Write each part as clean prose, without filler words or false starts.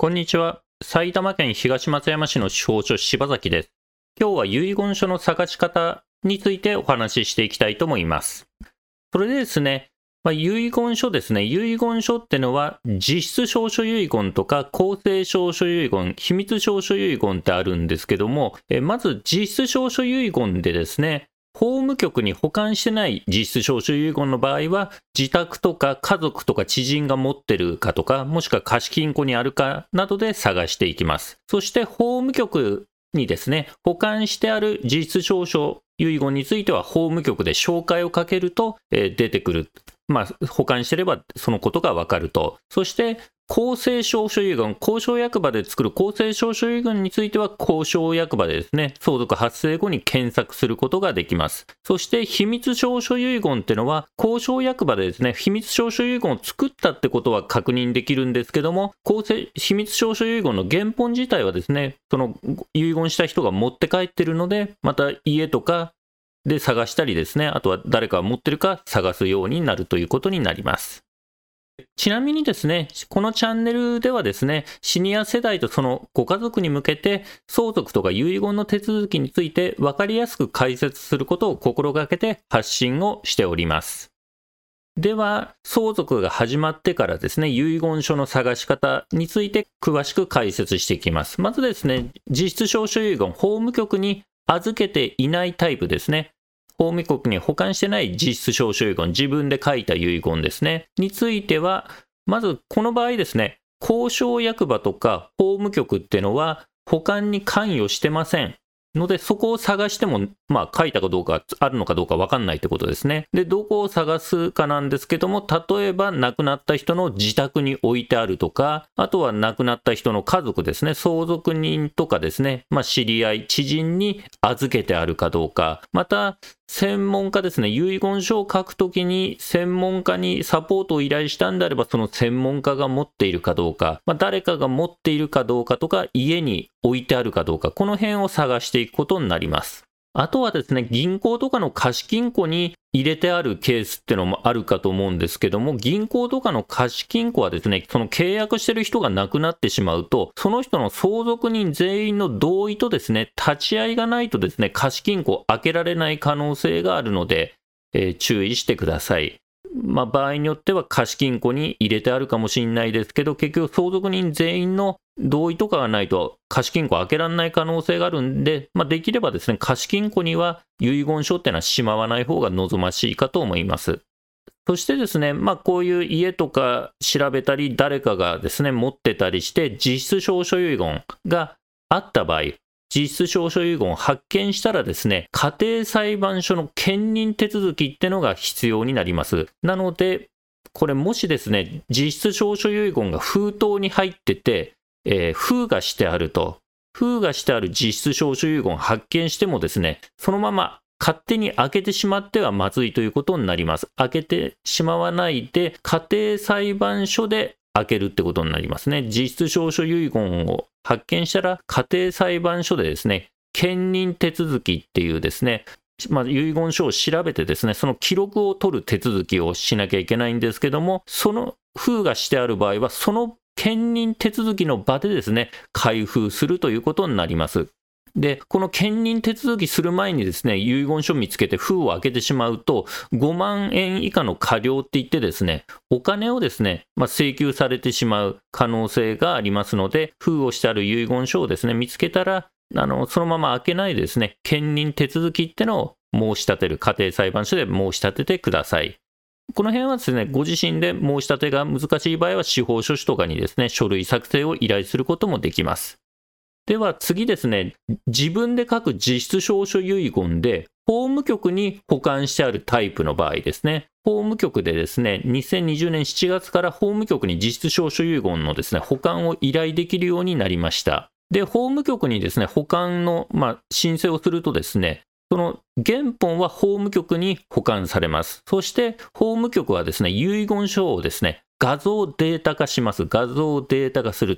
こんにちは。埼玉県東松山市の司法書柴崎です。今日は遺言書の探し方についてお話ししていきたいと思います。それでですね、遺言書ですね。遺言書ってのは実質証書遺言とか公正証書遺言、秘密証書遺言ってあるんですけども、まず実質証書遺言でですね、法務局に保管してない実質証書遺言の場合は、自宅とか家族とか知人が持ってるかとか、もしくは貸金庫にあるかなどで探していきます。そして法務局にですね、保管してある実質証書遺言については法務局で照会をかけると、出てくる。保管してればそのことがわかると。そして公正証書遺言、公証役場で作る公正証書遺言については公証役場でですね、相続発生後に検索することができます。そして秘密証書遺言ってのは公証役場でですね、秘密証書遺言を作ったってことは確認できるんですけども、秘密証書遺言の原本自体はですね、その遺言した人が持って帰ってるので、また家とかで探したりですね、あとは誰かが持ってるか探すようになるということになります。ちなみにですね、このチャンネルではですね、シニア世代とそのご家族に向けて相続とか遺言の手続きについて分かりやすく解説することを心がけて発信をしております。では、相続が始まってからですね、遺言書の探し方について詳しく解説していきます。まずですね、実質証書遺言、法務局に預けていないタイプですね。法務局に保管してない実質証書遺言、自分で書いた遺言ですね。については、まずこの場合ですね、公証役場とか法務局っていうのは保管に関与してません。ので、そこを探しても、書いたかどうか、あるのかどうか分かんないってことですね。で、どこを探すかなんですけども、例えば亡くなった人の自宅に置いてあるとか、あとは亡くなった人の家族ですね、相続人とかですね、知り合い、知人に預けてあるかどうか、また、専門家ですね、遺言書を書くときに専門家にサポートを依頼したんであれば、その専門家が持っているかどうか、誰かが持っているかどうかとか、家に置いてあるかどうか、この辺を探していくことになります。あとはですね、銀行とかの貸金庫に入れてあるケースってのもあるかと思うんですけども、銀行とかの貸金庫はですね、その契約してる人が亡くなってしまうと、その人の相続人全員の同意とですね、立ち会いがないとですね、貸金庫を開けられない可能性があるので、注意してください。場合によっては貸金庫に入れてあるかもしれないですけど、結局相続人全員の同意とかがないと貸金庫開けられない可能性があるんで、できればですね、貸金庫には遺言書っていうのはしまわない方が望ましいかと思います。そしてですね、こういう家とか調べたり、誰かがですね、持ってたりして、実質証書遺言があった場合、実質証書遺言を発見したらですね、家庭裁判所の兼任手続きってのが必要になります。なので、これもしですね、実質証書遺言が封筒に入ってて、封がしてあると、封がしてある実質証書遺言を発見してもですね、そのまま勝手に開けてしまってはまずいということになります。開けてしまわないで、家庭裁判所で開けるってことになりますね。実質証書遺言を発見したら、家庭裁判所でですね、兼任手続きっていうですね、遺言書を調べてですね、その記録を取る手続きをしなきゃいけないんですけども、その封がしてある場合は、その兼任手続きの場でですね、開封するということになります。で、この兼任手続きする前にですね、遺言書を見つけて封を開けてしまうと、5万円以下の過料って言ってですね、お金をですね、請求されてしまう可能性がありますので、封をしてある遺言書をですね、見つけたら、そのまま開けないでですね、兼任手続きってのを申し立てる、家庭裁判所で申し立ててください。この辺はですね、ご自身で申し立てが難しい場合は、司法書士とかにですね、書類作成を依頼することもできます。では次ですね、自分で書く実質証書遺言で、法務局に保管してあるタイプの場合ですね、法務局でですね、2020年7月から法務局に実質証書遺言のですね、保管を依頼できるようになりました。で、法務局にですね、保管の、申請をするとですね、その原本は法務局に保管されます。そして法務局はですね、遺言書をですね、画像データ化します。画像データ化すると。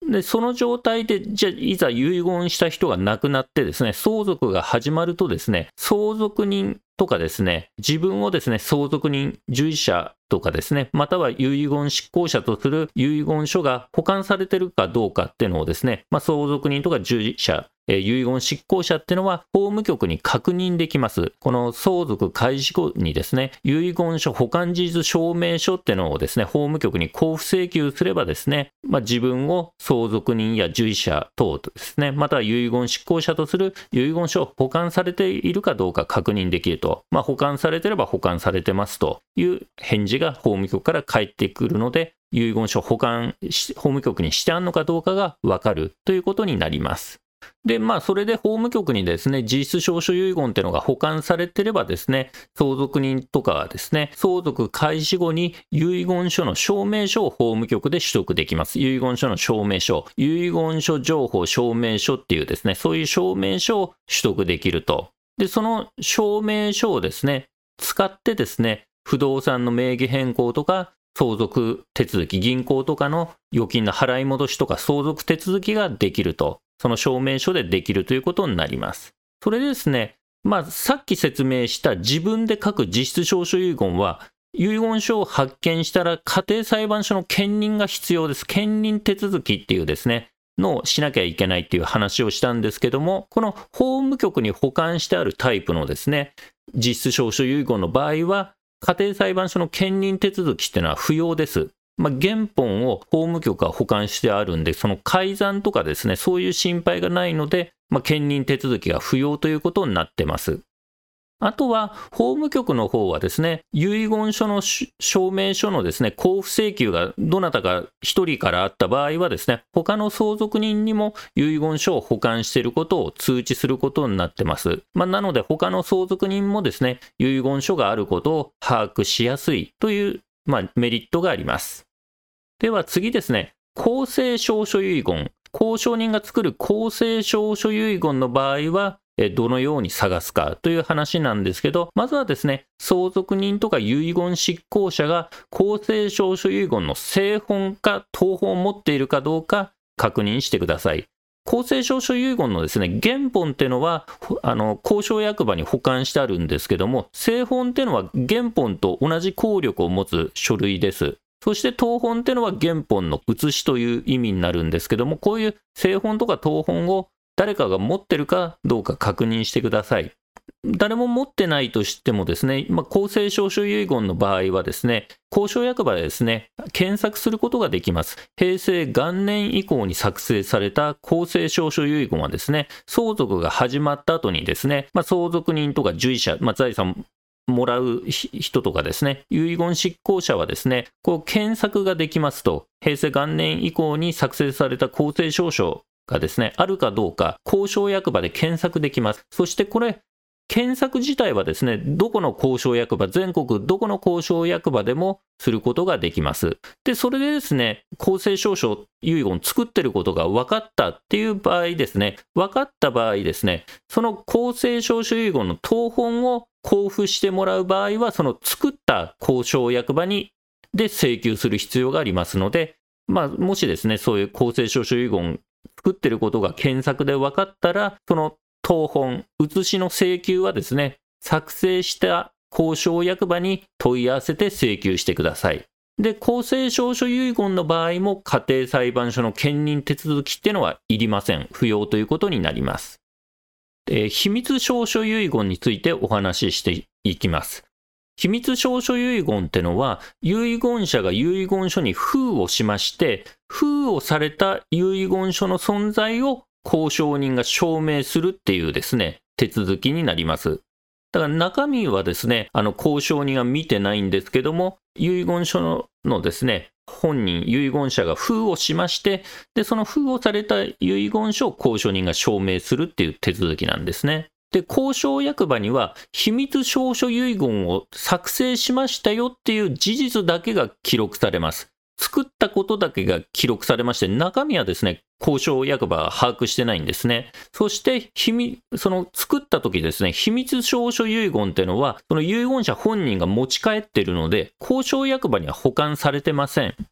で、その状態で、じゃあ、いざ遺言した人が亡くなってですね、相続が始まるとですね、相続人とかですね、自分をですね、相続人、従事者とかですね、または遺言執行者とする遺言書が保管されているかどうかっていうのをですね、相続人とか従事者、遺言執行者っていうのは法務局に確認できます。この相続開始後にですね、遺言書保管事実証明書っていうのをですね、法務局に交付請求すればですね、自分を相続人や従事者等とですね、または遺言執行者とする遺言書を保管されているかどうか確認できると。保管されていれば保管されてますという返事が法務局から返ってくるので、遺言書保管法務局にしてあるのかどうかがわかるということになります。で、それで法務局にですね、実質証書遺言っていうのが保管されてればですね、相続人とかはですね、相続開始後に遺言書の証明書を法務局で取得できます。遺言書の証明書、遺言書情報証明書っていうですね、そういう証明書を取得できると。で、その証明書をですね、使ってですね、不動産の名義変更とか、相続手続き、銀行とかの預金の払い戻しとか相続手続きができると。その証明書でできるということになります。それでですね、さっき説明した自分で書く実質証書遺言は、遺言書を発見したら家庭裁判所の兼任が必要です。兼任手続きっていうですね、のをしなきゃいけないっていう話をしたんですけども、この法務局に保管してあるタイプのですね、実質証書遺言の場合は、家庭裁判所の兼任手続きっていうのは不要です。原本を法務局が保管してあるんで、その改ざんとかですね、そういう心配がないので、兼任手続きが不要ということになってます。あとは、法務局の方はですね、遺言書の証明書のですね、交付請求がどなたか一人からあった場合はですね、他の相続人にも遺言書を保管していることを通知することになってます。なので、他の相続人もですね、遺言書があることを把握しやすいという、メリットがあります。では次ですね、公正証書遺言。公証人が作る公正証書遺言の場合は、どのように探すかという話なんですけど、まずはですね、相続人とか遺言執行者が公正証書遺言の正本か当本を持っているかどうか確認してください。公正証書遺言のですね、原本っていうのは、公証役場に保管してあるんですけども、正本っていうのは原本と同じ効力を持つ書類です。そして当本っていうのは原本の写しという意味になるんですけども、こういう正本とか当本を誰かが持ってるかどうか確認してください。誰も持ってないとしてもですね、公正証書遺言の場合はですね、公証役場でですね、検索することができます。平成元年以降に作成された公正証書遺言はですね、相続が始まった後にですね、相続人とか従事者、財産もらう人とかですね、遺言執行者はですね、検索ができますと、平成元年以降に作成された公正証書がですね、あるかどうか、公証役場で検索できます。そしてこれ、検索自体はですね、どこの公証役場、全国どこの公証役場でもすることができます。で、それでですね、公正証書遺言作ってることが分かったっていう場合ですね、分かった場合ですね、その公正証書遺言の当本を交付してもらう場合は、その作った公証役場で請求する必要がありますので、もしですね、そういう公正証書遺言作ってることが検索で分かったら、その当本、写しの請求はですね、作成した公証役場に問い合わせて請求してください。で、公正証書遺言の場合も家庭裁判所の兼任手続きっていうのはいりません。不要ということになります。秘密証書遺言についてお話ししていきます。秘密証書遺言ってのは、遺言者が遺言書に封をしまして、封をされた遺言書の存在を公証人が証明するっていうですね、手続きになります。だから中身はですね、公証人が見てないんですけども、遺言書のですね、本人、遺言者が封をしまして、で、その封をされた遺言書を公証人が証明するっていう手続きなんですね。で、公証役場には秘密証書遺言を作成しましたよっていう事実だけが記録されます。作ったことだけが記録されまして、中身はですね、公証役場は把握してないんですね。そして、その作った時ですね、秘密証書遺言っていうのは、その遺言者本人が持ち帰っているので、公証役場には保管されてません。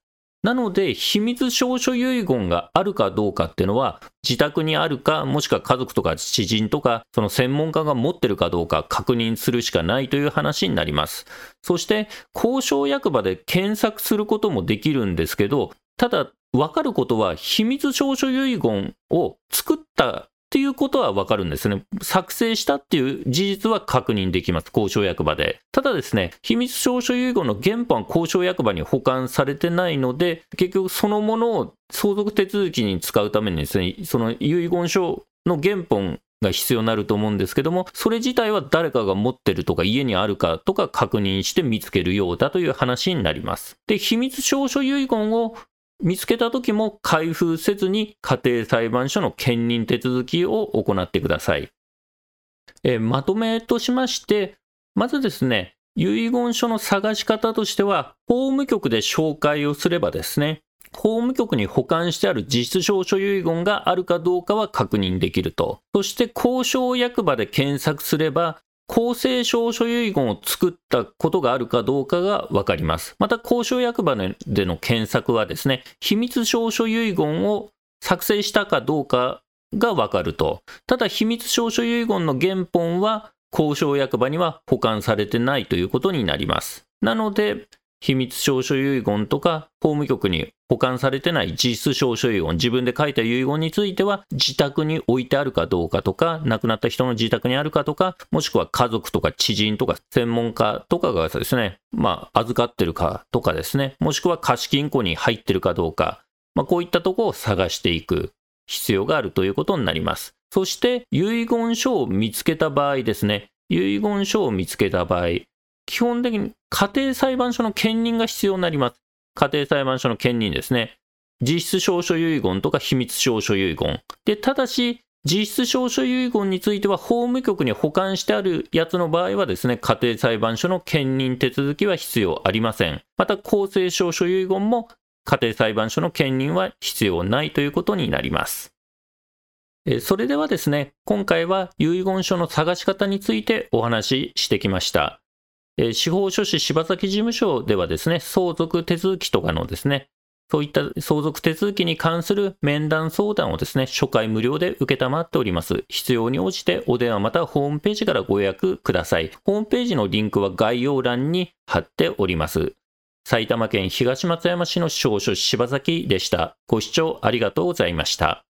なので、秘密証書遺言があるかどうかっていうのは、自宅にあるか、もしくは家族とか知人とか、その専門家が持ってるかどうか確認するしかないという話になります。そして、公証役場で検索することもできるんですけど、ただ、分かることは、秘密証書遺言を作ったっていうことは分かるんですね。作成したっていう事実は確認できます。公証役場で。ただですね、秘密証書遺言の原本は公証役場に保管されてないので、結局そのものを相続手続きに使うためにですね、その遺言書の原本が必要になると思うんですけども、それ自体は誰かが持ってるとか家にあるかとか確認して見つけるようだという話になります。で、秘密証書遺言を見つけた時も開封せずに家庭裁判所の兼任手続きを行ってください。まとめとしまして、まずですね、遺言書の探し方としては、法務局で照会をすればですね、法務局に保管してある実質証書遺言があるかどうかは確認できると。そして公証役場で検索すれば、公正証書遺言を作ったことがあるかどうかが分かります。また公証役場での検索はですね、秘密証書遺言を作成したかどうかが分かると。ただ秘密証書遺言の原本は公証役場には保管されてないということになります。なので、秘密証書遺言とか法務局に保管されてない実質証書遺言、自分で書いた遺言については自宅に置いてあるかどうかとか、亡くなった人の自宅にあるかとか、もしくは家族とか知人とか専門家とかがですね、預かってるかとかですね、もしくは貸金庫に入ってるかどうか、こういったところを探していく必要があるということになります。そして遺言書を見つけた場合ですね、遺言書を見つけた場合、基本的に家庭裁判所の兼任が必要になります。家庭裁判所の兼任ですね。実質証書遺言とか秘密証書遺言。で、ただし、実質証書遺言については法務局に保管してあるやつの場合はですね、家庭裁判所の兼任手続きは必要ありません。また、公正証書遺言も家庭裁判所の兼任は必要ないということになります。それではですね、今回は遺言書の探し方についてお話ししてきました。司法書士柴崎事務所ではですね、相続手続きとかのですね、そういった相続手続きに関する面談相談をですね、初回無料で受けたまっております。必要に応じてお電話またはホームページからご予約ください。ホームページのリンクは概要欄に貼っております。埼玉県東松山市の司法書士柴崎でした。ご視聴ありがとうございました。